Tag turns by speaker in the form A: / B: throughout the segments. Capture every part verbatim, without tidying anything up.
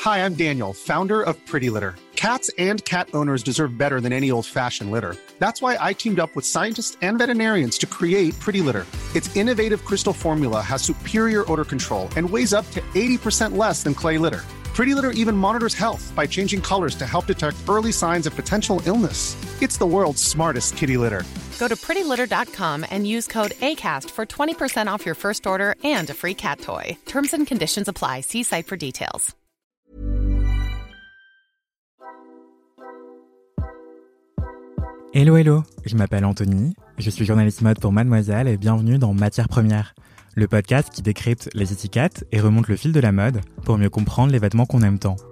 A: Hi, I'm Daniel, founder of Pretty Litter. Cats and cat owners deserve better than any old-fashioned litter. That's why I teamed up with scientists and veterinarians to create Pretty Litter. Its innovative crystal formula has superior odor control and weighs up to eighty percent less than clay litter. Pretty Litter even monitors health by changing colors to help detect early signs of potential illness. It's the world's smartest kitty litter.
B: Go to pretty litter dot com and use code ACAST for twenty percent off your first order and a free cat toy. Terms and conditions apply. See site for details.
C: Hello hello, je m'appelle Anthony, je suis journaliste mode pour Mademoiselle et bienvenue dans Matières Premières, le podcast qui décrypte les étiquettes et remonte le fil de la mode pour mieux comprendre les vêtements qu'on aime tant.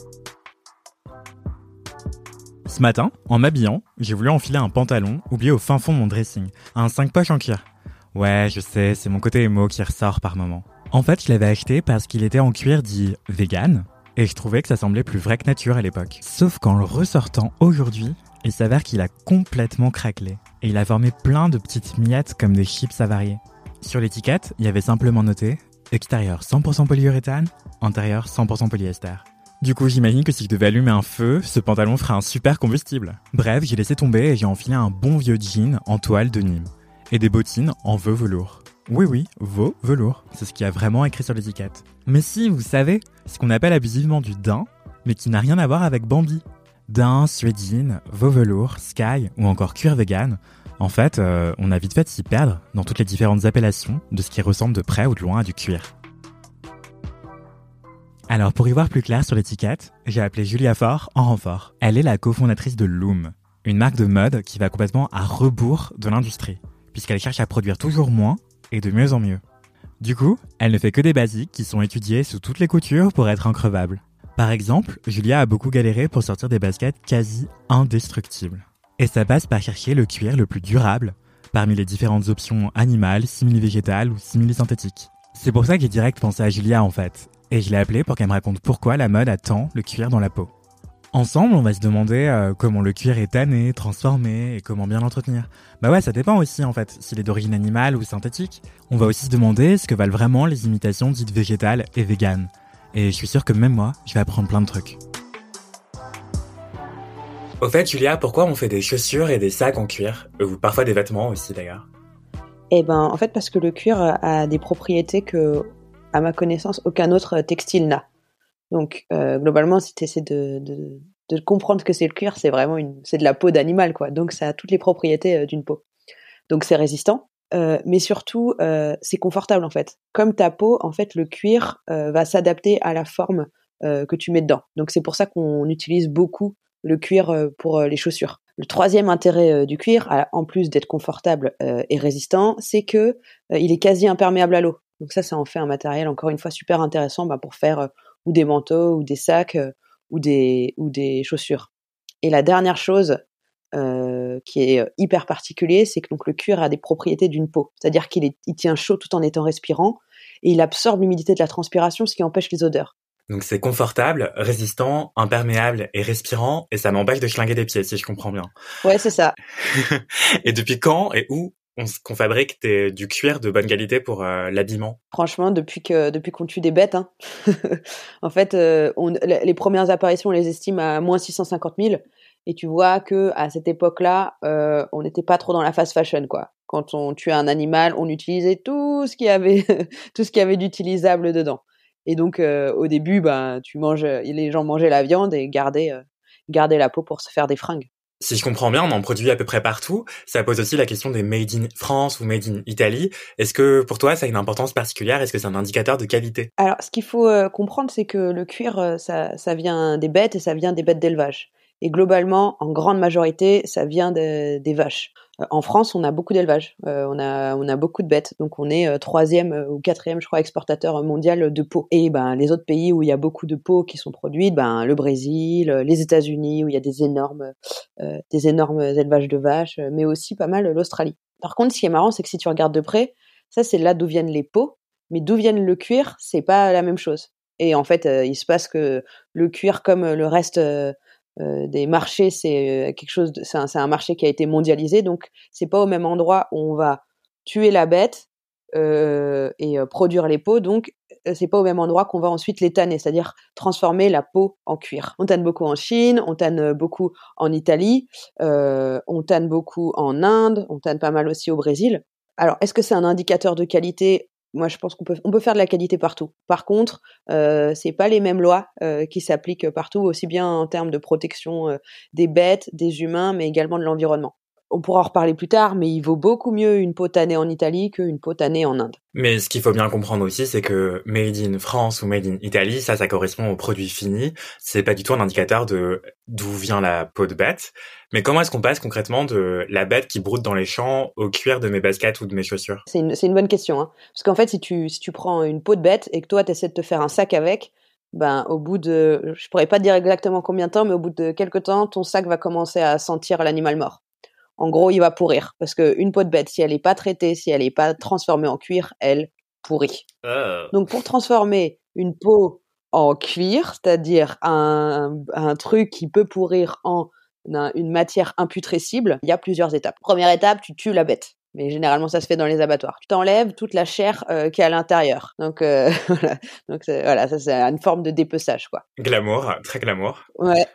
C: Ce matin, en m'habillant, j'ai voulu enfiler un pantalon oublié au fin fond de mon dressing, un cinq poches en cuir. Ouais, je sais, c'est mon côté émo qui ressort par moment. En fait, je l'avais acheté parce qu'il était en cuir dit vegan, et je trouvais que ça semblait plus vrai que nature à l'époque. Sauf qu'en le ressortant aujourd'hui, il s'avère qu'il a complètement craquelé, et il a formé plein de petites miettes comme des chips avariées. Sur l'étiquette, il y avait simplement noté « Extérieur cent pour cent polyuréthane, intérieur cent pour cent polyester ». Du coup, j'imagine que si je devais allumer un feu, ce pantalon ferait un super combustible. Bref, j'ai laissé tomber et j'ai enfilé un bon vieux jean en toile de Nîmes. Et des bottines en veau velours. Oui oui, veau velours, c'est ce qu'il y a vraiment écrit sur l'étiquette. Mais si, vous savez, ce qu'on appelle abusivement du daim, mais qui n'a rien à voir avec Bambi. Daim, suédine, veau velours, sky ou encore cuir vegan. En fait, euh, on a vite fait de s'y perdre dans toutes les différentes appellations de ce qui ressemble de près ou de loin à du cuir. Alors pour y voir plus clair sur l'étiquette, j'ai appelé Julia Faure en renfort. Elle est la cofondatrice de Loom, une marque de mode qui va complètement à rebours de l'industrie, puisqu'elle cherche à produire toujours moins et de mieux en mieux. Du coup, elle ne fait que des basiques qui sont étudiés sous toutes les coutures pour être increvables. Par exemple, Julia a beaucoup galéré pour sortir des baskets quasi indestructibles. Et ça passe par chercher le cuir le plus durable parmi les différentes options animales, simili-végétales ou simili-synthétiques. C'est pour ça que j'ai direct pensé à Julia en fait, et je l'ai appelée pour qu'elle me raconte pourquoi la mode a tant le cuir dans la peau. Ensemble, on va se demander euh, comment le cuir est tanné, transformé et comment bien l'entretenir. Bah ouais, ça dépend aussi en fait, s'il est d'origine animale ou synthétique. On va aussi se demander ce que valent vraiment les imitations dites végétales et véganes. Et je suis sûr que même moi, je vais apprendre plein de trucs. Au fait, Julia, pourquoi on fait des chaussures et des sacs en cuir ? Ou parfois des vêtements aussi d'ailleurs.
D: Eh ben, en fait, parce que le cuir a des propriétés que, à ma connaissance, aucun autre textile n'a. Donc, euh, globalement, si tu essaies de, de, de comprendre ce que c'est le cuir, c'est vraiment une, c'est de la peau d'animal, quoi. Donc, ça a toutes les propriétés euh, d'une peau. Donc, c'est résistant, euh, mais surtout, euh, c'est confortable, en fait. Comme ta peau, en fait, le cuir euh, va s'adapter à la forme euh, que tu mets dedans. Donc, c'est pour ça qu'on utilise beaucoup le cuir euh, pour euh, les chaussures. Le troisième intérêt euh, du cuir, en plus d'être confortable euh, et résistant, c'est que euh, il est quasi imperméable à l'eau. Donc ça, ça en fait un matériel, encore une fois, super intéressant bah, pour faire euh, ou des manteaux, ou des sacs, euh, ou, des, ou des chaussures. Et la dernière chose euh, qui est hyper particulier, c'est que donc, le cuir a des propriétés d'une peau. C'est-à-dire qu'il est, il tient chaud tout en étant respirant, et il absorbe l'humidité de la transpiration, ce qui empêche les odeurs.
C: Donc c'est confortable, résistant, imperméable et respirant, et ça m'empêche de schlinguer des pieds, si je comprends bien.
D: Ouais, c'est ça.
C: Et depuis quand et où on, qu'on fabrique des, du cuir de bonne qualité pour euh, l'habillement ?
D: Franchement, depuis que depuis qu'on tue des bêtes, hein. En fait, euh, on, les premières apparitions, on les estime à moins six cent cinquante mille, et tu vois que à cette époque-là, euh, on n'était pas trop dans la fast fashion, quoi. Quand on tuait un animal, on utilisait tout ce qu'il y avait, tout ce qu'il y avait d'utilisable dedans. Et donc, euh, au début, ben, tu manges, les gens mangeaient la viande et gardaient, euh, gardaient la peau pour se faire des fringues.
C: Si je comprends bien, on en produit à peu près partout. Ça pose aussi la question des made in France ou made in Italy. Est-ce que pour toi, ça a une importance particulière ? Est-ce que c'est un indicateur de qualité ?
D: Alors, ce qu'il faut euh, comprendre, c'est que le cuir, euh, ça, ça vient des bêtes et ça vient des bêtes d'élevage. Et globalement, en grande majorité, ça vient de, des vaches. Euh, en France, on a beaucoup d'élevage. Euh, on a, on a beaucoup de bêtes. Donc, on est euh, troisième euh, ou quatrième, je crois, exportateur mondial de peau. Et ben, les autres pays où il y a beaucoup de peaux qui sont produites, ben, le Brésil, les États-Unis, où il y a des énormes, euh, des énormes élevages de vaches, mais aussi pas mal l'Australie. Par contre, ce qui est marrant, c'est que si tu regardes de près, ça, c'est là d'où viennent les peaux. Mais d'où viennent le cuir, c'est pas la même chose. Et en fait, euh, il se passe que le cuir, comme le reste euh, euh, des marchés, c'est euh, quelque chose, de, c'est, un, c'est un marché qui a été mondialisé, donc c'est pas au même endroit où on va tuer la bête euh, et euh, produire les peaux. Donc, c'est pas au même endroit qu'on va ensuite les tanner, c'est-à-dire transformer la peau en cuir. On tanne beaucoup en Chine, on tanne beaucoup en Italie, euh, on tanne beaucoup en Inde, on tanne pas mal aussi au Brésil. Alors, est-ce que c'est un indicateur de qualité ? Moi, je pense qu'on peut, on peut faire de la qualité partout. Par contre, euh, c'est pas les mêmes lois euh, qui s'appliquent partout, aussi bien en termes de protection euh, des bêtes, des humains, mais également de l'environnement. On pourra en reparler plus tard, mais il vaut beaucoup mieux une peau tannée en Italie qu'une peau tannée en Inde.
C: Mais ce qu'il faut bien comprendre aussi, c'est que Made in France ou Made in Italy, ça, ça correspond au produit fini. C'est pas du tout un indicateur de d'où vient la peau de bête. Mais comment est-ce qu'on passe concrètement de la bête qui broute dans les champs au cuir de mes baskets ou de mes chaussures ?
D: C'est une, c'est une bonne question, hein. Parce qu'en fait, si tu, si tu prends une peau de bête et que toi, t'essaies de te faire un sac avec, ben, au bout de, je pourrais pas te dire exactement combien de temps, mais au bout de quelques temps, ton sac va commencer à sentir l'animal mort. En gros, il va pourrir. Parce qu'une peau de bête, si elle n'est pas traitée, si elle n'est pas transformée en cuir, elle pourrit. Oh. Donc, pour transformer une peau en cuir, c'est-à-dire un, un truc qui peut pourrir en une matière imputrescible, il y a plusieurs étapes. Première étape, tu tues la bête. Mais généralement, ça se fait dans les abattoirs. Tu t'enlèves toute la chair euh, qui est à l'intérieur. Donc, euh, voilà. Donc c'est, voilà, ça c'est une forme de dépeçage, quoi.
C: Glamour, très glamour.
D: Ouais,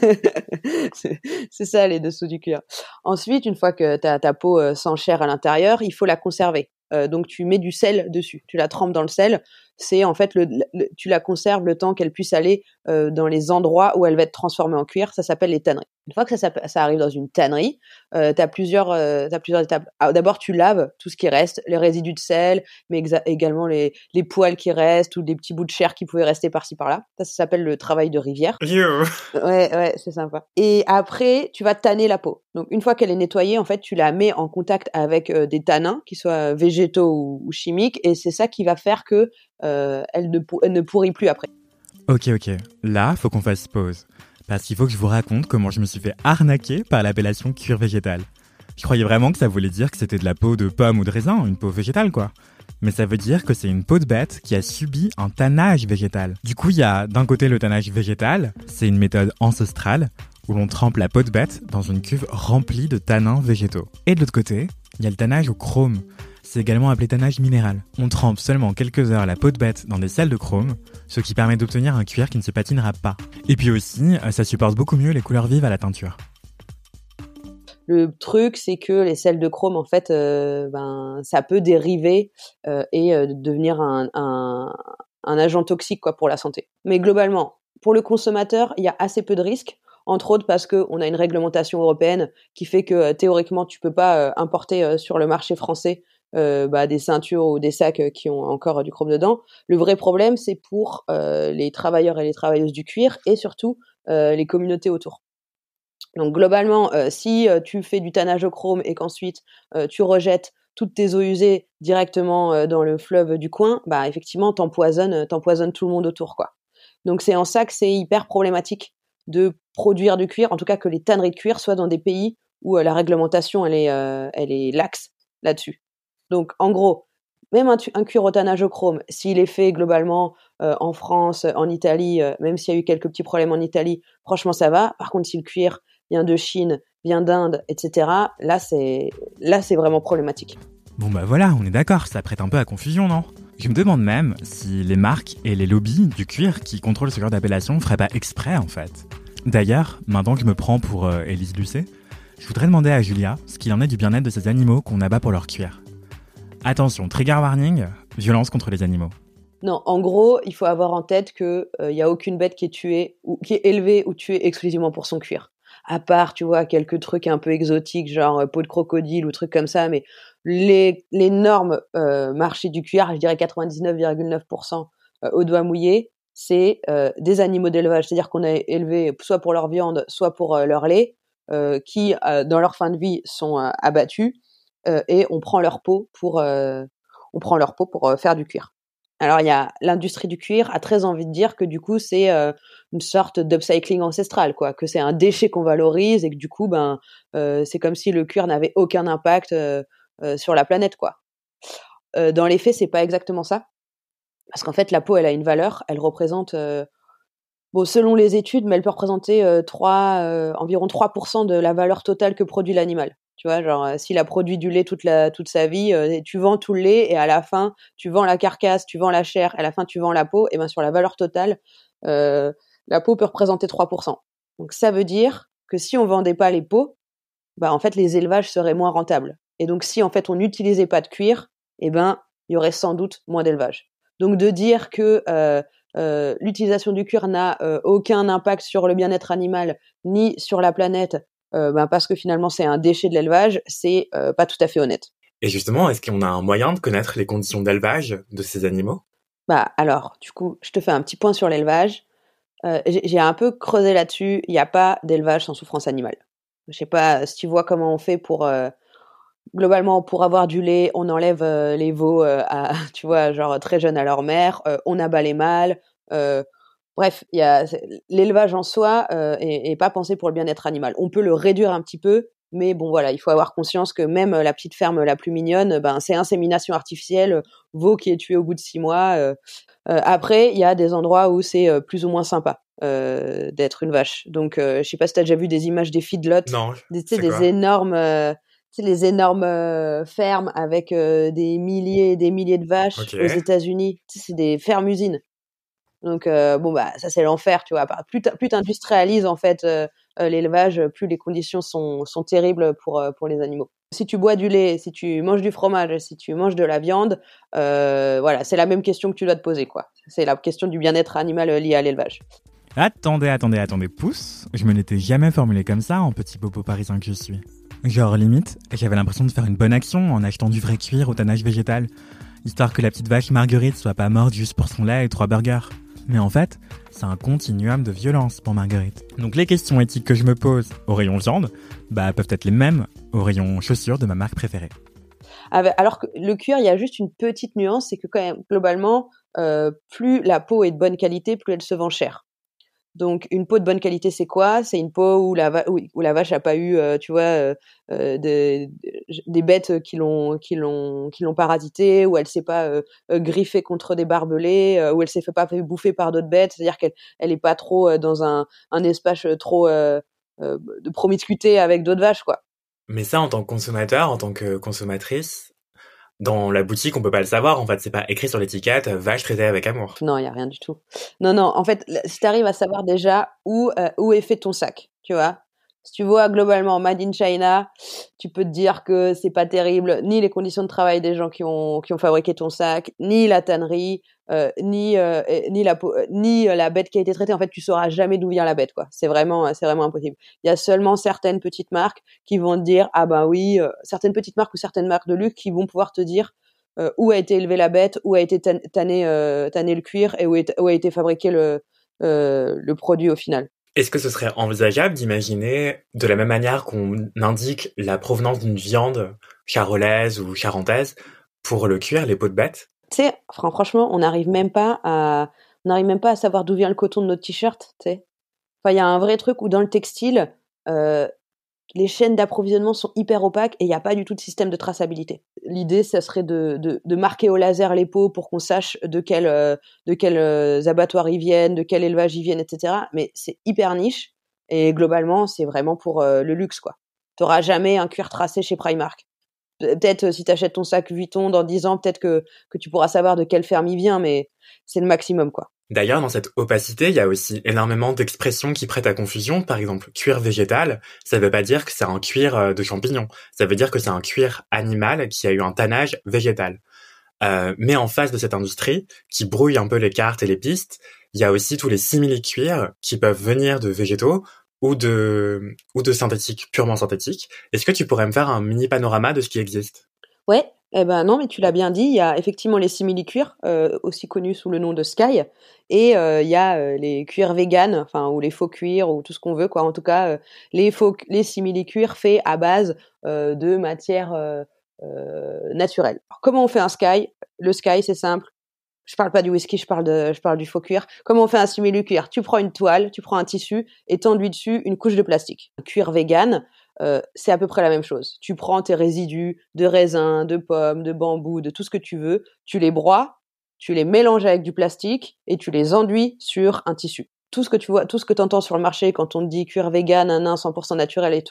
D: c'est, c'est ça les dessous du cuir. Ensuite, une fois que t'as ta peau euh, sans chair à l'intérieur, il faut la conserver. Euh, donc tu mets du sel dessus, tu la trempes dans le sel. C'est en fait le, le tu la conserves le temps qu'elle puisse aller euh, dans les endroits où elle va être transformée en cuir. Ça s'appelle les tanneries. Une fois que ça, ça, ça arrive dans une tannerie, euh, t'as plusieurs euh, t'as plusieurs étapes. Alors, d'abord tu laves tout ce qui reste, les résidus de sel, mais exa- également les les poils qui restent ou des petits bouts de chair qui pouvaient rester par-ci par-là. Ça, ça s'appelle le travail de rivière.
C: You.
D: Ouais ouais, c'est sympa. Et après tu vas tanner la peau. Donc une fois qu'elle est nettoyée, en fait tu la mets en contact avec euh, des tanins qui soient végétaux ou, ou chimiques, et c'est ça qui va faire que euh, elle ne elle ne pourrit plus après.
C: Ok ok, là faut qu'on fasse pause. Parce qu'il faut que je vous raconte comment je me suis fait arnaquer par l'appellation cuir végétal. Je croyais vraiment que ça voulait dire que c'était de la peau de pomme ou de raisin, une peau végétale quoi. Mais ça veut dire que c'est une peau de bête qui a subi un tannage végétal. Du coup, il y a d'un côté le tannage végétal, c'est une méthode ancestrale où l'on trempe la peau de bête dans une cuve remplie de tanins végétaux. Et de l'autre côté, il y a le tannage au chrome. C'est également appelé tannage minéral. On trempe seulement quelques heures la peau de bête dans des sels de chrome, ce qui permet d'obtenir un cuir qui ne se patinera pas. Et puis aussi, ça supporte beaucoup mieux les couleurs vives à la teinture.
D: Le truc, c'est que les sels de chrome, en fait, euh, ben, ça peut dériver euh, et euh, devenir un, un, un agent toxique quoi, pour la santé. Mais globalement, pour le consommateur, il y a assez peu de risques. Entre autres parce qu'on a une réglementation européenne qui fait que euh, théoriquement, tu peux pas euh, importer euh, sur le marché français Euh, bah, des ceintures ou des sacs euh, qui ont encore euh, du chrome dedans. Le vrai problème, c'est pour euh, les travailleurs et les travailleuses du cuir et surtout euh, les communautés autour. Donc globalement, euh, si euh, tu fais du tannage au chrome et qu'ensuite euh, tu rejettes toutes tes eaux usées directement euh, dans le fleuve du coin, bah effectivement, t'empoisonnes, t'empoisonnes tout le monde autour, quoi. Donc c'est en ça que c'est hyper problématique de produire du cuir, en tout cas que les tanneries de cuir soient dans des pays où euh, la réglementation elle est, euh, elle est laxe là-dessus. Donc, en gros, même un, tu- un cuir au tannage au chrome, s'il est fait globalement euh, en France, en Italie, euh, même s'il y a eu quelques petits problèmes en Italie, franchement, ça va. Par contre, si le cuir vient de Chine, vient d'Inde, et cetera, là, c'est, là, c'est vraiment problématique.
C: Bon bah voilà, on est d'accord, ça prête un peu à confusion, non ? Je me demande même si les marques et les lobbies du cuir qui contrôlent ce genre d'appellation feraient pas exprès, en fait. D'ailleurs, maintenant que je me prends pour euh, Élise Lucet, je voudrais demander à Julia ce qu'il en est du bien-être de ces animaux qu'on abat pour leur cuir. Attention, trigger warning, violence contre les animaux.
D: Non, en gros, il faut avoir en tête que il euh, y a aucune bête qui est tuée ou qui est élevée ou tuée exclusivement pour son cuir. À part, tu vois, quelques trucs un peu exotiques, genre euh, peau de crocodile ou trucs comme ça, mais les l'énorme euh, marché du cuir, je dirais quatre-vingt-dix-neuf virgule neuf pour cent euh, au doigt mouillé, c'est euh, des animaux d'élevage, c'est-à-dire qu'on a élevé soit pour leur viande, soit pour euh, leur lait, euh, qui euh, dans leur fin de vie sont euh, abattus. Euh, et on prend leur peau pour euh, on prend leur peau pour euh, faire du cuir. Alors il y a l'industrie du cuir a très envie de dire que du coup c'est euh, une sorte d'upcycling ancestral quoi, que c'est un déchet qu'on valorise et que du coup ben euh, c'est comme si le cuir n'avait aucun impact euh, euh, sur la planète quoi. Euh, dans les faits c'est pas exactement ça parce qu'en fait la peau elle a une valeur, elle représente euh, bon selon les études mais elle peut représenter euh, trois, euh, environ trois pour cent de la valeur totale que produit l'animal. Tu vois, genre, euh, s'il a produit du lait toute la toute sa vie, euh, tu vends tout le lait et à la fin, tu vends la carcasse, tu vends la chair, et à la fin, tu vends la peau, et ben sur la valeur totale, euh, la peau peut représenter trois pour cent. Donc ça veut dire que si on vendait pas les peaux, bah en fait les élevages seraient moins rentables. Et donc si en fait on n'utilisait pas de cuir, eh ben il y aurait sans doute moins d'élevage. Donc de dire que euh, euh, l'utilisation du cuir n'a euh, aucun impact sur le bien-être animal ni sur la planète, euh, ben parce que finalement c'est un déchet de l'élevage, c'est euh, pas tout à fait honnête.
E: Et justement, est-ce qu'on a un moyen de connaître les conditions d'élevage de ces animaux ?
D: Bah alors, du coup, je te fais un petit point sur l'élevage. Euh, j'ai, j'ai un peu creusé là-dessus. Il n'y a pas d'élevage sans souffrance animale. Je sais pas si tu vois comment on fait pour euh, globalement pour avoir du lait, on enlève euh, les veaux euh, à tu vois genre très jeunes à leur mère, euh, on abat les mâles. Euh, bref, il y a l'élevage en soi euh, est, est pas pensé pour le bien-être animal. On peut le réduire un petit peu, mais bon voilà, il faut avoir conscience que même la petite ferme la plus mignonne, ben c'est insémination artificielle, veau qui est tué au bout de six mois. Euh, euh, après, il y a des endroits où c'est euh, plus ou moins sympa euh, d'être une vache. Donc, euh, je sais pas si t'as déjà vu des images des feedlots,
E: Non,
D: des, tu sais,
E: c'est
D: des
E: quoi ?
D: énormes, euh, tu sais, les énormes euh, fermes avec euh, des milliers et des milliers de vaches
E: Ok.
D: aux États-Unis. Tu sais, c'est des fermes-usines. Donc euh, bon bah ça c'est l'enfer, tu vois. Plus plus t'industrialises en fait euh, euh, l'élevage, plus les conditions sont sont terribles pour euh, pour les animaux. Si tu bois du lait, si tu manges du fromage, si tu manges de la viande, euh, voilà, c'est la même question que tu dois te poser quoi. C'est la question du bien-être animal lié à l'élevage.
C: Attendez, attendez, attendez, pouce. Je me l'étais jamais formulé comme ça en petit bobo parisien que je suis. Genre limite, j'avais l'impression de faire une bonne action en achetant du vrai cuir au tannage végétal, histoire que la petite vache Marguerite soit pas morte juste pour son lait et trois burgers. Mais en fait, c'est un continuum de violence pour Marguerite. Donc les questions éthiques que je me pose au rayon viande, bah peuvent être les mêmes au rayon chaussures de ma marque préférée.
D: Alors que le cuir, il y a juste une petite nuance, c'est que quand même, globalement, euh, plus la peau est de bonne qualité, plus elle se vend cher. Donc une peau de bonne qualité, c'est quoi ? C'est une peau où la, va- où, où la vache a pas eu, euh, tu vois, euh, euh, des, des bêtes qui l'ont, qui l'ont, qui l'ont parasité, où elle s'est pas euh, euh, griffée contre des barbelés, euh, où elle s'est fait pas fait bouffer par d'autres bêtes. C'est-à-dire qu'elle, elle est pas trop euh, dans un, un espace trop euh, euh, de promiscuité avec d'autres vaches, quoi.
E: Mais ça, en tant que consommateur, en tant que consommatrice, dans la boutique, on peut pas le savoir. En fait, c'est pas écrit sur l'étiquette euh, vache traitée avec amour.
D: Non, il y a rien du tout. Non, non. En fait, si t'arrives à savoir déjà où euh, où est fait ton sac, tu vois. Si tu vois globalement Made in China, tu peux te dire que c'est pas terrible, ni les conditions de travail des gens qui ont qui ont fabriqué ton sac, ni la tannerie, euh, ni euh, ni la peau- ni la bête qui a été traitée. En fait, tu sauras jamais d'où vient la bête, quoi. C'est vraiment c'est vraiment impossible. Il y a seulement certaines petites marques qui vont te dire ah ben oui, euh, certaines petites marques ou certaines marques de luxe qui vont pouvoir te dire euh, où a été élevée la bête, où a été tan- tanné euh, tanné le cuir et où, est, où a été fabriqué le euh, le produit au final.
E: Est-ce que ce serait envisageable d'imaginer, de la même manière qu'on indique la provenance d'une viande charolaise ou charentaise, pour le cuir, les peaux de bête ?
D: Tu sais, franchement, on n'arrive même pas à, on n'arrive même pas à savoir d'où vient le coton de notre t-shirt, tu sais. Enfin, il y a un vrai truc où dans le textile, euh, les chaînes d'approvisionnement sont hyper opaques et il n'y a pas du tout de système de traçabilité. L'idée, ça serait de, de, de marquer au laser les peaux pour qu'on sache de quel, euh, de quel euh, abattoir ils viennent, de quel élevage ils viennent, et cetera. Mais c'est hyper niche et globalement, c'est vraiment pour euh, le luxe, quoi. T'auras jamais un cuir tracé chez Primark. Peut-être euh, si t'achètes ton sac Vuitton dans dix ans, peut-être que, que tu pourras savoir de quelle ferme il vient, mais c'est le maximum, quoi.
E: D'ailleurs, dans cette opacité, il y a aussi énormément d'expressions qui prêtent à confusion. Par exemple, cuir végétal, ça veut pas dire que c'est un cuir de champignon. Ça veut dire que c'est un cuir animal qui a eu un tannage végétal. Euh, mais en face de cette industrie, qui brouille un peu les cartes et les pistes, il y a aussi tous les simili-cuirs qui peuvent venir de végétaux ou de, ou de synthétiques, purement synthétiques. Est-ce que tu pourrais me faire un mini panorama de ce qui existe ?
D: Ouais, eh ben non, mais tu l'as bien dit, il y a effectivement les simili-cuirs, euh, aussi connus sous le nom de Sky, et euh, il y a euh, les cuirs véganes, enfin ou les faux cuirs ou tout ce qu'on veut, quoi. En tout cas, euh, les faux, les simili-cuirs faits à base euh, de matières euh, euh, naturelles. Alors, comment on fait un Sky ? Le Sky, c'est simple. Je parle pas du whisky, je parle de, je parle du faux cuir. Comment on fait un simili-cuir ? Tu prends une toile, tu prends un tissu et t'enduis dessus une couche de plastique. Un cuir vegan, euh, c'est à peu près la même chose. Tu prends tes résidus de raisin, de pommes, de bambou, de tout ce que tu veux, tu les broies, tu les mélanges avec du plastique et tu les enduis sur un tissu. Tout ce que tu vois, tout ce que t'entends sur le marché quand on te dit cuir vegan, un cent pour cent naturel et tout,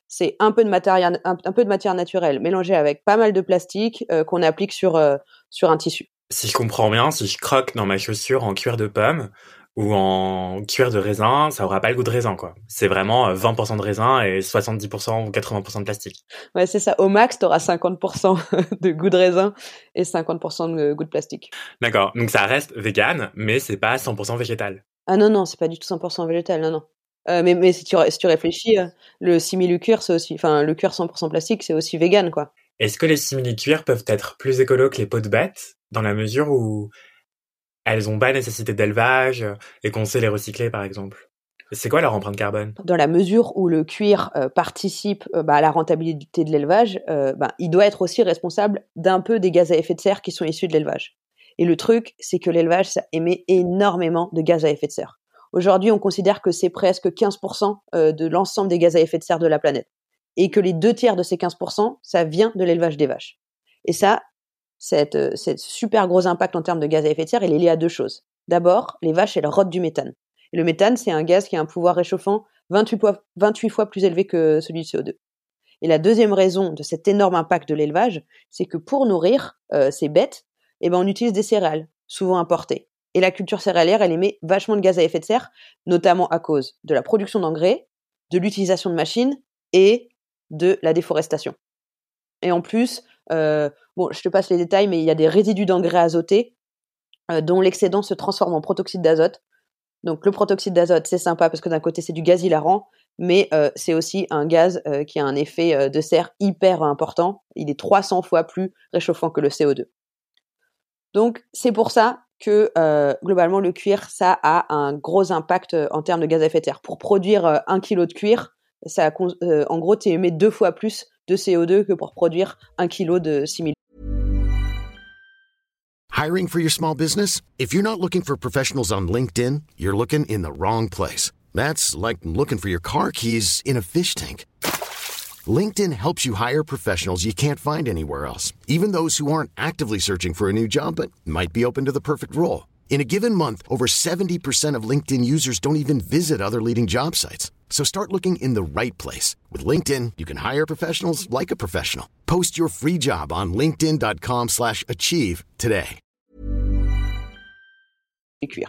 D: c'est un peu de matière, un, un peu de matière naturelle mélangée avec pas mal de plastique euh, qu'on applique sur, euh, sur un tissu.
E: Si je comprends bien, si je croque dans ma chaussure en cuir de pomme ou en cuir de raisin, ça aura pas le goût de raisin, quoi. C'est vraiment vingt pour cent de raisin et soixante-dix pour cent ou quatre-vingts pour cent de plastique.
D: Ouais, c'est ça. Au max, t'auras cinquante pour cent de goût de raisin et cinquante pour cent de goût de plastique.
E: D'accord. Donc ça reste vegan, mais c'est pas cent pour cent végétal.
D: Ah non, non, c'est pas du tout cent pour cent végétal, non, non. Euh, mais, mais si tu, si tu réfléchis, euh, le simili-cuir, c'est aussi, enfin, le cuir cent pour cent plastique, c'est aussi vegan, quoi.
E: Est-ce que les simili-cuirs peuvent être plus écolos que les peaux de bête, dans la mesure où elles ont pas nécessité d'élevage et qu'on sait les recycler, par exemple? C'est quoi leur empreinte carbone?
D: Dans la mesure où le cuir euh, participe euh, bah, à la rentabilité de l'élevage, euh, bah, il doit être aussi responsable d'un peu des gaz à effet de serre qui sont issus de l'élevage. Et le truc, c'est que l'élevage, ça émet énormément de gaz à effet de serre. Aujourd'hui, on considère que c'est presque quinze pour cent de l'ensemble des gaz à effet de serre de la planète. Et que les deux tiers de ces quinze pour cent, ça vient de l'élevage des vaches. Et ça, cette, cette super gros impact en termes de gaz à effet de serre, il est lié à deux choses. D'abord, les vaches, elles rôtent du méthane. Et le méthane, c'est un gaz qui a un pouvoir réchauffant vingt-huit fois, vingt-huit fois plus élevé que celui du C O deux. Et la deuxième raison de cet énorme impact de l'élevage, c'est que pour nourrir euh, ces bêtes, eh ben, on utilise des céréales, souvent importées. Et la culture céréalière, elle émet vachement de gaz à effet de serre, notamment à cause de la production d'engrais, de l'utilisation de machines et de la déforestation. Et en plus, euh, bon, je te passe les détails, mais il y a des résidus d'engrais azotés euh, dont l'excédent se transforme en protoxyde d'azote. Donc le protoxyde d'azote, c'est sympa parce que d'un côté, c'est du gaz hilarant, mais euh, c'est aussi un gaz euh, qui a un effet euh, de serre hyper important. Il est trois cents fois plus réchauffant que le C O deux. Donc c'est pour ça que euh, globalement le cuir, ça a un gros impact euh, en termes de gaz à effet de serre. Pour produire euh, un kilo de cuir, ça, euh, en gros, tu émets deux fois plus de C O deux que pour produire un kilo de simili.
F: Hiring for your small business? If you're not looking for professionals on LinkedIn, you're looking in the wrong place. That's like looking for your car keys in a fish tank. LinkedIn helps you hire professionals you can't find anywhere else, even those who aren't actively searching for a new job but might be open to the perfect role. In a given month, over seventy percent of LinkedIn users don't even visit other leading job sites. So start looking in the right place. With LinkedIn, you can hire professionals like a professional. Post your free job on linkedin.com slash achieve today.
D: Cuir.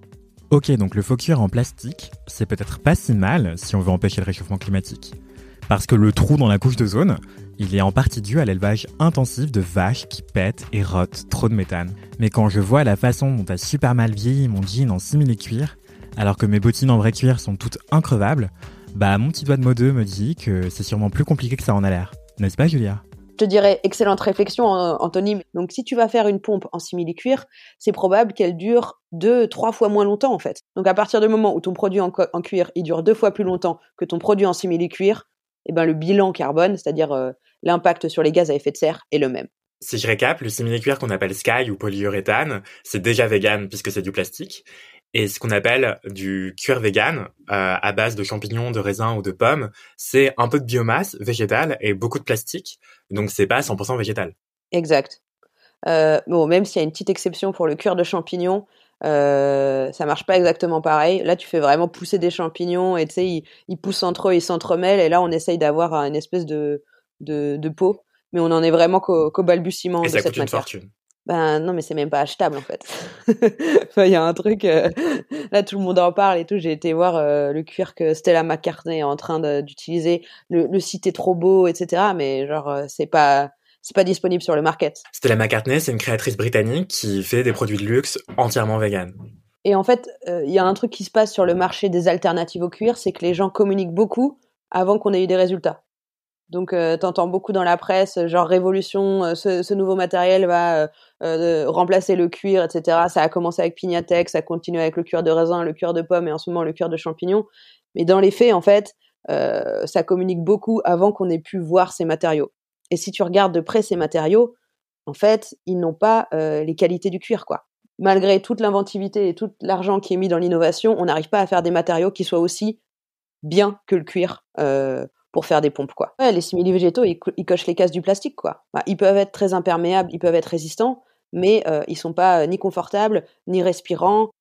C: Ok, donc le faux cuir en plastique, c'est peut-être pas si mal si on veut empêcher le réchauffement climatique. Parce que le trou dans la couche d'ozone, il est en partie dû à l'élevage intensif de vaches qui pètent et rotent trop de méthane. Mais quand je vois la façon dont a super mal vieilli mon jean en simili-cuir, alors que mes bottines en vrai cuir sont toutes increvables, bah mon petit doigt de modeux me dit que c'est sûrement plus compliqué que ça en a l'air. N'est-ce pas, Julia ?
D: Je te dirais, excellente réflexion, Anthony. Donc, si tu vas faire une pompe en simili-cuir, c'est probable qu'elle dure deux, trois fois moins longtemps, en fait. Donc, à partir du moment où ton produit en, co- en cuir, il dure deux fois plus longtemps que ton produit en simili-cuir, eh ben, le bilan carbone, c'est-à-dire euh, l'impact sur les gaz à effet de serre, est le même.
E: Si je récap, le simili-cuir qu'on appelle Sky ou polyuréthane, c'est déjà vegan puisque c'est du plastique. Et ce qu'on appelle du cuir vegan, euh, à base de champignons, de raisins ou de pommes, c'est un peu de biomasse végétale et beaucoup de plastique. Donc c'est pas cent pour cent végétal.
D: Exact. Euh, bon, même s'il y a une petite exception pour le cuir de champignons, euh, ça marche pas exactement pareil. Là, tu fais vraiment pousser des champignons et tu sais, ils, ils poussent entre eux, ils s'entremêlent et là, on essaye d'avoir une espèce de, de, de peau. Mais on en est vraiment qu'au, qu'au balbutiement
E: et
D: de cette
E: ça coûte
D: matière.
E: Une fortune.
D: Ben non, mais c'est même pas achetable en fait. Il y a un truc, euh, là tout le monde en parle et tout. J'ai été voir euh, le cuir que Stella McCartney est en train de, d'utiliser. Le, le site est trop beau, et cetera. Mais genre euh, c'est pas, c'est pas disponible sur le market.
E: Stella McCartney, c'est une créatrice britannique qui fait des produits de luxe entièrement vegan.
D: Et en fait, il euh, y a un truc qui se passe sur le marché des alternatives au cuir, c'est que les gens communiquent beaucoup avant qu'on ait eu des résultats. Donc, euh, t'entends beaucoup dans la presse, genre révolution, euh, ce, ce nouveau matériel va euh, euh, remplacer le cuir, et cetera. Ça a commencé avec Pignatech, ça continue avec le cuir de raisin, le cuir de pomme et en ce moment le cuir de champignon. Mais dans les faits, en fait, euh, ça communique beaucoup avant qu'on ait pu voir ces matériaux. Et si tu regardes de près ces matériaux, en fait, ils n'ont pas euh, les qualités du cuir, quoi. Malgré toute l'inventivité et tout l'argent qui est mis dans l'innovation, on n'arrive pas à faire des matériaux qui soient aussi bien que le cuir. Euh, pour faire des pompes, quoi. Ouais, les simili-végétaux, ils, co- ils cochent les cases du plastique, quoi. Bah, ils peuvent être très imperméables, ils peuvent être résistants, mais euh, ils sont pas euh, ni confortables, ni respirants,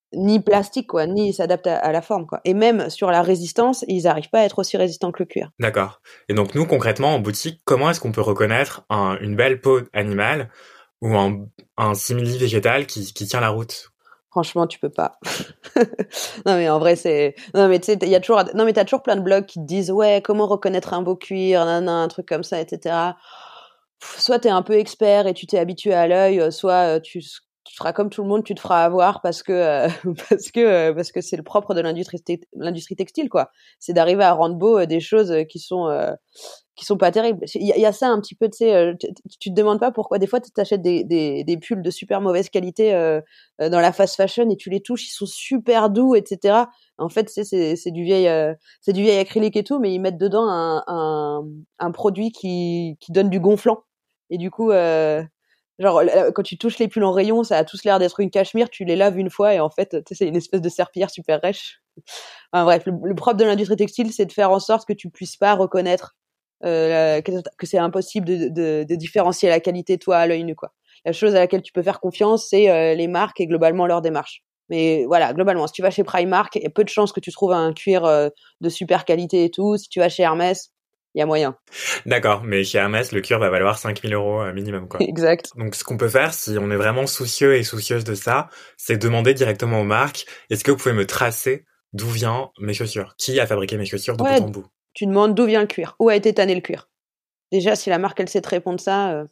D: ni plastique, quoi, ni ils s'adaptent à, à la forme, quoi. Et même sur la résistance, ils n'arrivent pas à être aussi résistants que le cuir.
E: D'accord. Et donc nous, concrètement, en boutique, comment est-ce qu'on peut reconnaître un, une belle peau animale ou un, un simili végétal qui, qui tient la route?
D: Franchement, tu peux pas. Non, mais en vrai, c'est... Non, mais tu sais, il y a toujours... Non, mais t'as toujours plein de blogs qui te disent « Ouais, comment reconnaître un beau cuir, nanana, un truc comme ça, et cetera » Soit t'es un peu expert et tu t'es habitué à l'œil, soit tu... tu feras comme tout le monde, tu te feras avoir parce que euh, parce que euh, parce que c'est le propre de l'industrie te- l'industrie textile, quoi. C'est d'arriver à rendre beau euh, des choses qui sont euh, qui sont pas terribles. Il y, a- il y a ça un petit peu, tu sais, euh, tu tu te demandes pas pourquoi des fois tu t'achètes des des des pulls de super mauvaise qualité euh, euh, dans la fast fashion et tu les touches, ils sont super doux, et cetera. En fait, c'est c'est c'est du vieil euh, c'est du vieil acrylique et tout, mais ils mettent dedans un un un produit qui qui donne du gonflant et du coup euh, genre, quand tu touches les pulls en rayon, ça a tous l'air d'être une cachemire, tu les laves une fois et en fait, tu sais, c'est une espèce de serpillière super rêche. Enfin, bref, le, le propre de l'industrie textile, c'est de faire en sorte que tu puisses pas reconnaître euh, que, que c'est impossible de, de, de différencier la qualité, toi, à l'œil nu, quoi. La chose à laquelle tu peux faire confiance, c'est euh, les marques et globalement leur démarche. Mais voilà, globalement, si tu vas chez Primark, il y a peu de chances que tu trouves un cuir euh, de super qualité et tout. Si tu vas chez Hermès, il y a moyen.
E: D'accord, mais chez Hermès, le cuir va valoir cinq mille euros minimum, quoi.
D: Exact.
E: Donc, ce qu'on peut faire, si on est vraiment soucieux et soucieuse de ça, c'est demander directement aux marques, est-ce que vous pouvez me tracer d'où viennent mes chaussures? Qui a fabriqué mes chaussures de
D: Ouais,
E: bout en bout?
D: tu demandes d'où vient le cuir, où a été tanné le cuir. Déjà, si la marque, elle sait te répondre ça, euh...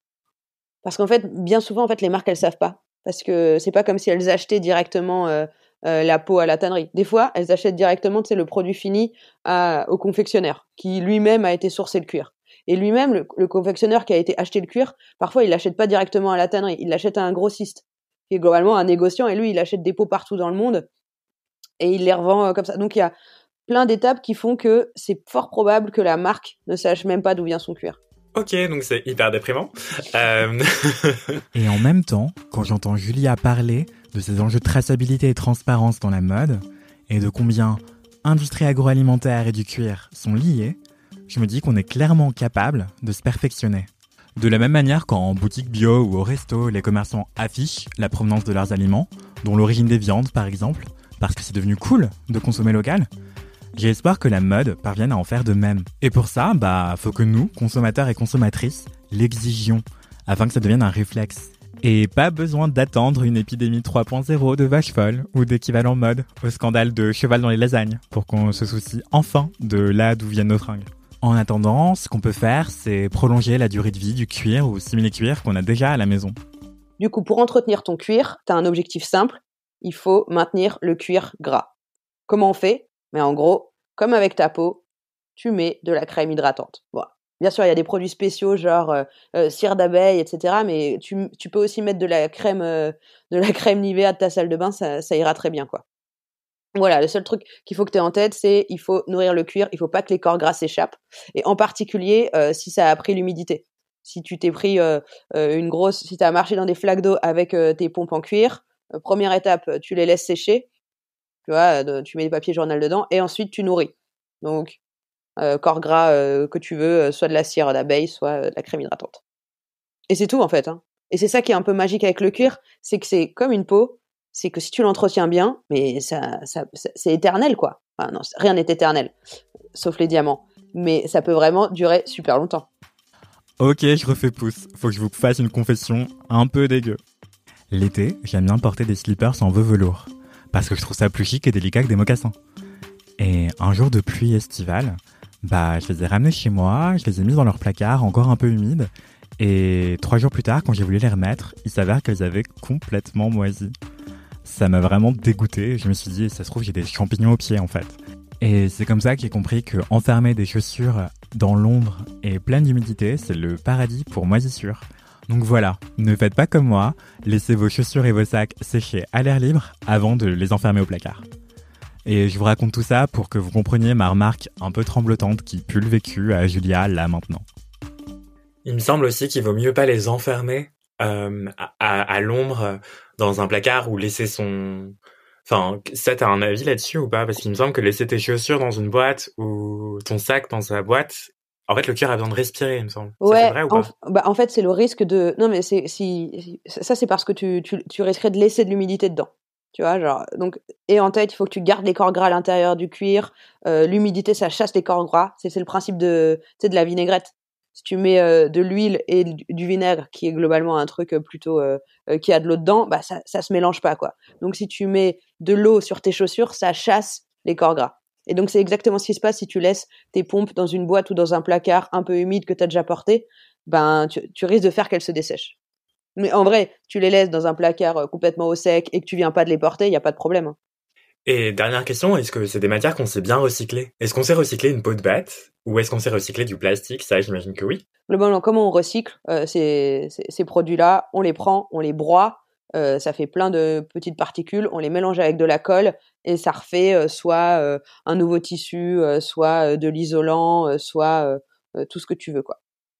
D: parce qu'en fait, bien souvent, en fait, les marques, elles savent pas. Parce que c'est pas comme si elles achetaient directement euh, euh, la peau à la tannerie. Des fois, elles achètent directement, tu sais, le produit fini à, au confectionneur, qui lui-même a été sourcé le cuir. Et lui-même, le, le confectionneur qui a été acheté le cuir, parfois, il l'achète pas directement à la tannerie, il l'achète à un grossiste, qui est globalement un négociant, et lui, il achète des peaux partout dans le monde, et il les revend euh, comme ça. Donc, il y a plein d'étapes qui font que c'est fort probable que la marque ne sache même pas d'où vient son cuir.
E: Ok, donc c'est hyper déprimant. Euh...
C: Et en même temps, quand j'entends Julia parler de ces enjeux de traçabilité et transparence dans la mode, et de combien industrie agroalimentaire et du cuir sont liés, je me dis qu'on est clairement capable de se perfectionner. De la même manière qu'en boutique bio ou au resto, les commerçants affichent la provenance de leurs aliments, dont l'origine des viandes par exemple, parce que c'est devenu cool de consommer local, j'ai espoir que la mode parvienne à en faire de même. Et pour ça, bah, faut que nous, consommateurs et consommatrices, l'exigions, afin que ça devienne un réflexe. Et pas besoin d'attendre une épidémie trois point zéro de vache folle ou d'équivalent mode au scandale de cheval dans les lasagnes pour qu'on se soucie enfin de là d'où viennent nos fringues. En attendant, ce qu'on peut faire, c'est prolonger la durée de vie du cuir ou simili-cuir qu'on a déjà à la maison.
D: Du coup, pour entretenir ton cuir, t'as un objectif simple, il faut maintenir le cuir gras. Comment on fait ? Mais en gros, comme avec ta peau, tu mets de la crème hydratante. Bon, bien sûr, il y a des produits spéciaux, genre euh, euh, cire d'abeille, et cetera. Mais tu, tu peux aussi mettre de la crème, euh, de la crème Nivea de ta salle de bain, ça, ça ira très bien, quoi. Voilà, le seul truc qu'il faut que tu aies en tête, c'est il faut nourrir le cuir, il faut pas que les corps gras s'échappent. Et en particulier, euh, si ça a pris l'humidité. Si tu t'es pris euh, euh, une grosse... Si tu as marché dans des flaques d'eau avec euh, tes pompes en cuir, euh, première étape, tu les laisses sécher. Tu vois, de, tu mets des papiers journal dedans et ensuite tu nourris. Donc, euh, corps gras euh, que tu veux, euh, soit de la cire d'abeille, soit euh, de la crème hydratante. Et c'est tout en fait. Hein. Et c'est ça qui est un peu magique avec le cuir, c'est que c'est comme une peau, c'est que si tu l'entretiens bien, mais ça, ça, ça c'est éternel quoi. Enfin non, rien n'est éternel, sauf les diamants. Mais ça peut vraiment durer super longtemps.
C: Ok, je refais pouce. Faut que je vous fasse une confession un peu dégueu. L'été, j'aime bien porter des slippers en velours. Parce que je trouve ça plus chic et délicat que des mocassins. Et un jour de pluie estivale, bah, je les ai ramenés chez moi, je les ai mis dans leur placard, encore un peu humides, et trois jours plus tard, quand j'ai voulu les remettre, il s'avère qu'elles avaient complètement moisi. Ça m'a vraiment dégoûté, je me suis dit, ça se trouve, j'ai des champignons aux pieds, en fait. Et c'est comme ça que j'ai compris que enfermer des chaussures dans l'ombre et pleines d'humidité, c'est le paradis pour moisissure. Donc voilà, ne faites pas comme moi, laissez vos chaussures et vos sacs sécher à l'air libre avant de les enfermer au placard. Et je vous raconte tout ça pour que vous compreniez ma remarque un peu tremblotante qui pue le vécu à Julia là maintenant.
E: Il me semble aussi qu'il vaut mieux pas les enfermer euh, à, à, à l'ombre dans un placard ou laisser son... Enfin, ça, t'as un avis là-dessus ou pas ? Parce qu'il me semble que laisser tes chaussures dans une boîte ou ton sac dans sa boîte... En fait, le cuir a besoin de respirer, il me semble.
D: Ouais,
E: ça, c'est vrai ou pas ?
D: en, bah, en fait, c'est le risque de... Non, mais c'est, si, ça, c'est parce que tu, tu, tu risquerais de laisser de l'humidité dedans. Tu vois, genre, donc, et en tête, il faut que tu gardes les corps gras à l'intérieur du cuir. Euh, l'humidité, ça chasse les corps gras. C'est, c'est le principe de, tu sais, de la vinaigrette. Si tu mets euh, de l'huile et du vinaigre, qui est globalement un truc plutôt euh, euh, qui a de l'eau dedans, bah ça, ça se mélange pas, quoi. Donc, si tu mets de l'eau sur tes chaussures, ça chasse les corps gras. Et donc, c'est exactement ce qui se passe si tu laisses tes pompes dans une boîte ou dans un placard un peu humide que tu as déjà porté. Ben, tu, tu risques de faire qu'elles se dessèchent. Mais en vrai, tu les laisses dans un placard complètement au sec et que tu viens pas de les porter, il y a pas de problème.
E: Et dernière question, est-ce que c'est des matières qu'on sait bien recycler? Est-ce qu'on sait recycler une peau de bête? Ou est-ce qu'on sait recycler du plastique? Ça, j'imagine que oui.
D: Globalement, comment on recycle euh, ces, ces, ces produits-là? On les prend, on les broie, euh, ça fait plein de petites particules, on les mélange avec de la colle et ça refait euh, soit euh, un nouveau tissu, euh, soit euh, de l'isolant, euh, soit euh, euh, tout ce que tu veux, quoi.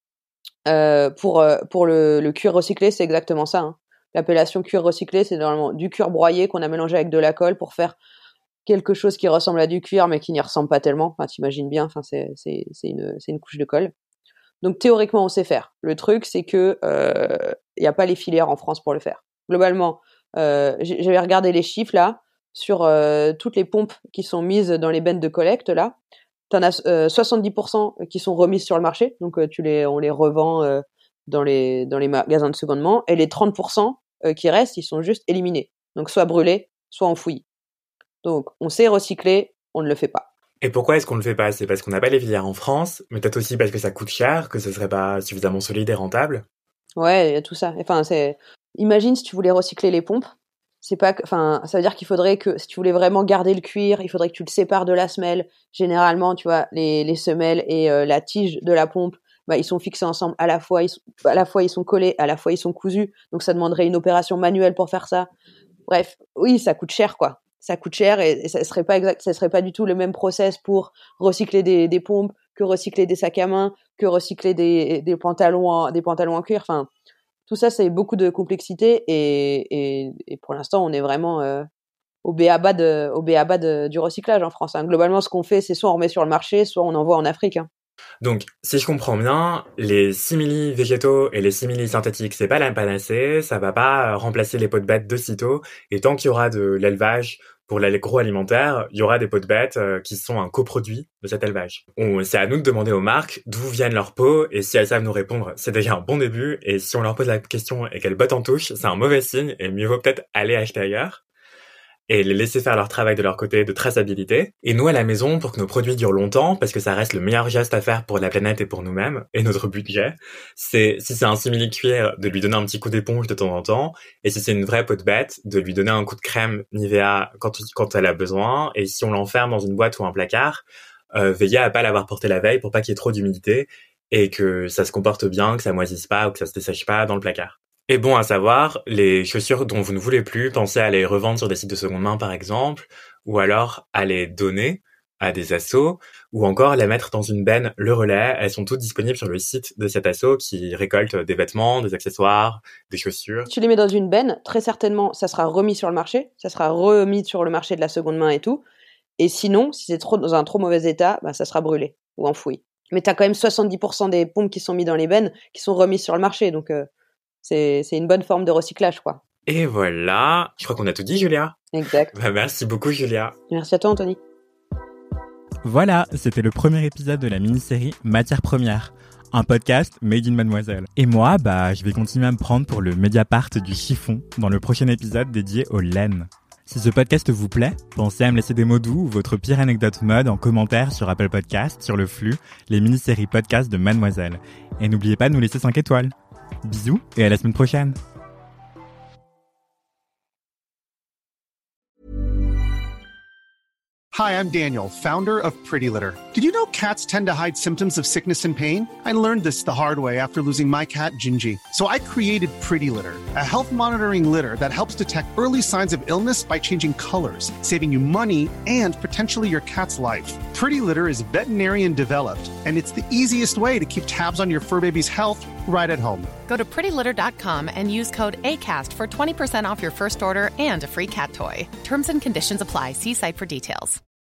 D: Euh, pour euh, pour le, le cuir recyclé, c'est exactement ça. Hein. L'appellation cuir recyclé, c'est normalement du cuir broyé qu'on a mélangé avec de la colle pour faire quelque chose qui ressemble à du cuir, mais qui n'y ressemble pas tellement. Enfin, t'imagines bien. Enfin, c'est c'est c'est une c'est une couche de colle. Donc théoriquement, on sait faire. Le truc, c'est que euh, y a pas les filières en France pour le faire. Globalement, euh, j'avais regardé les chiffres là sur euh, toutes les pompes qui sont mises dans les bennes de collecte là. T'en as euh, soixante-dix pour cent qui sont remises sur le marché, donc euh, tu les, on les revend euh, dans les dans les magasins de secondement, et les trente pour cent euh, qui restent, ils sont juste éliminés, donc soit brûlés, soit enfouis. Donc on sait recycler, on ne le fait pas.
E: Et pourquoi est-ce qu'on ne le fait pas? C'est parce qu'on n'a pas les filières en France, mais peut-être aussi parce que ça coûte cher, que ce serait pas suffisamment solide et rentable.
D: Ouais, il y a tout ça. Enfin, c'est. Imagine si tu voulais recycler les pompes. C'est pas, enfin, ça veut dire qu'il faudrait que, si tu voulais vraiment garder le cuir, il faudrait que tu le sépares de la semelle. Généralement, tu vois, les, les semelles et euh, la tige de la pompe, bah, ils sont fixés ensemble à la fois, ils sont, à la fois ils sont collés, à la fois ils sont cousus. Donc, ça demanderait une opération manuelle pour faire ça. Bref, oui, ça coûte cher, quoi. Ça coûte cher et, et ça serait pas exact, ça serait pas du tout le même process pour recycler des, des pompes que recycler des sacs à main, que recycler des, des pantalons en, des pantalons en cuir. Enfin, tout ça, c'est beaucoup de complexité et, et, et pour l'instant, on est vraiment euh, au b.a-ba de, au b.a-ba de, du recyclage en France. Hein. Globalement, ce qu'on fait, c'est soit on remet sur le marché, soit on envoie en Afrique. Hein.
E: Donc, si je comprends bien, les simili végétaux et les simili synthétiques, c'est pas la panacée, ça va pas remplacer les peaux de bête de sitôt, et tant qu'il y aura de l'élevage pour l'agroalimentaire, il y aura des peaux de bête euh, qui sont un coproduit de cet élevage. On, c'est à nous de demander aux marques d'où viennent leurs peaux, et si elles savent nous répondre, c'est déjà un bon début, et si on leur pose la question et qu'elles bottent en touche, c'est un mauvais signe, et mieux vaut peut-être aller acheter ailleurs. Et les laisser faire leur travail de leur côté de traçabilité. Et nous, à la maison, pour que nos produits durent longtemps, parce que ça reste le meilleur geste à faire pour la planète et pour nous-mêmes, et notre budget, c'est, si c'est un simili-cuir, de lui donner un petit coup d'éponge de temps en temps, et si c'est une vraie peau de bête, de lui donner un coup de crème Nivea quand, quand elle a besoin, et si on l'enferme dans une boîte ou un placard, euh, veiller à pas l'avoir porté la veille pour pas qu'il y ait trop d'humidité, et que ça se comporte bien, que ça moisisse pas, ou que ça se dessèche pas dans le placard. Et bon à savoir, les chaussures dont vous ne voulez plus, pensez à les revendre sur des sites de seconde main par exemple, ou alors à les donner à des assos, ou encore les mettre dans une benne Le Relais. Elles sont toutes disponibles sur le site de cet asso qui récolte des vêtements, des accessoires, des chaussures.
D: Si tu les mets dans une benne, très certainement ça sera remis sur le marché, ça sera remis sur le marché de la seconde main et tout. Et sinon, si c'est trop dans un trop mauvais état, bah ça sera brûlé ou enfoui. Mais t'as quand même soixante-dix pour cent des pompes qui sont mises dans les bennes qui sont remises sur le marché, donc euh, C'est, c'est une bonne forme de recyclage, quoi.
E: Et voilà. Je crois qu'on a tout dit, Julia.
D: Exact.
E: Bah, merci beaucoup, Julia.
D: Merci à toi, Anthony.
C: Voilà, c'était le premier épisode de la mini-série Matières Premières, un podcast made in Mademoiselle. Et moi, bah, je vais continuer à me prendre pour le Mediapart du chiffon dans le prochain épisode dédié aux laines. Si ce podcast vous plaît, pensez à me laisser des mots doux ou votre pire anecdote mode en commentaire sur Apple Podcasts, sur le flux, les mini-séries podcasts de Mademoiselle. Et n'oubliez pas de nous laisser cinq étoiles. Bisous et à la semaine prochaine.
A: Hi, I'm Daniel, founder of Pretty Litter. Did you know cats tend to hide symptoms of sickness and pain? I learned this the hard way after losing my cat, Gingy. So I created Pretty Litter, a health monitoring litter that helps detect early signs of illness by changing colors, saving you money and potentially your cat's life. Pretty Litter is veterinarian developed, and it's the easiest way to keep tabs on your fur baby's health right at home.
B: Go to pretty litter dot com and use code ACAST for twenty percent off your first order and a free cat toy. Terms and conditions apply. See site for details.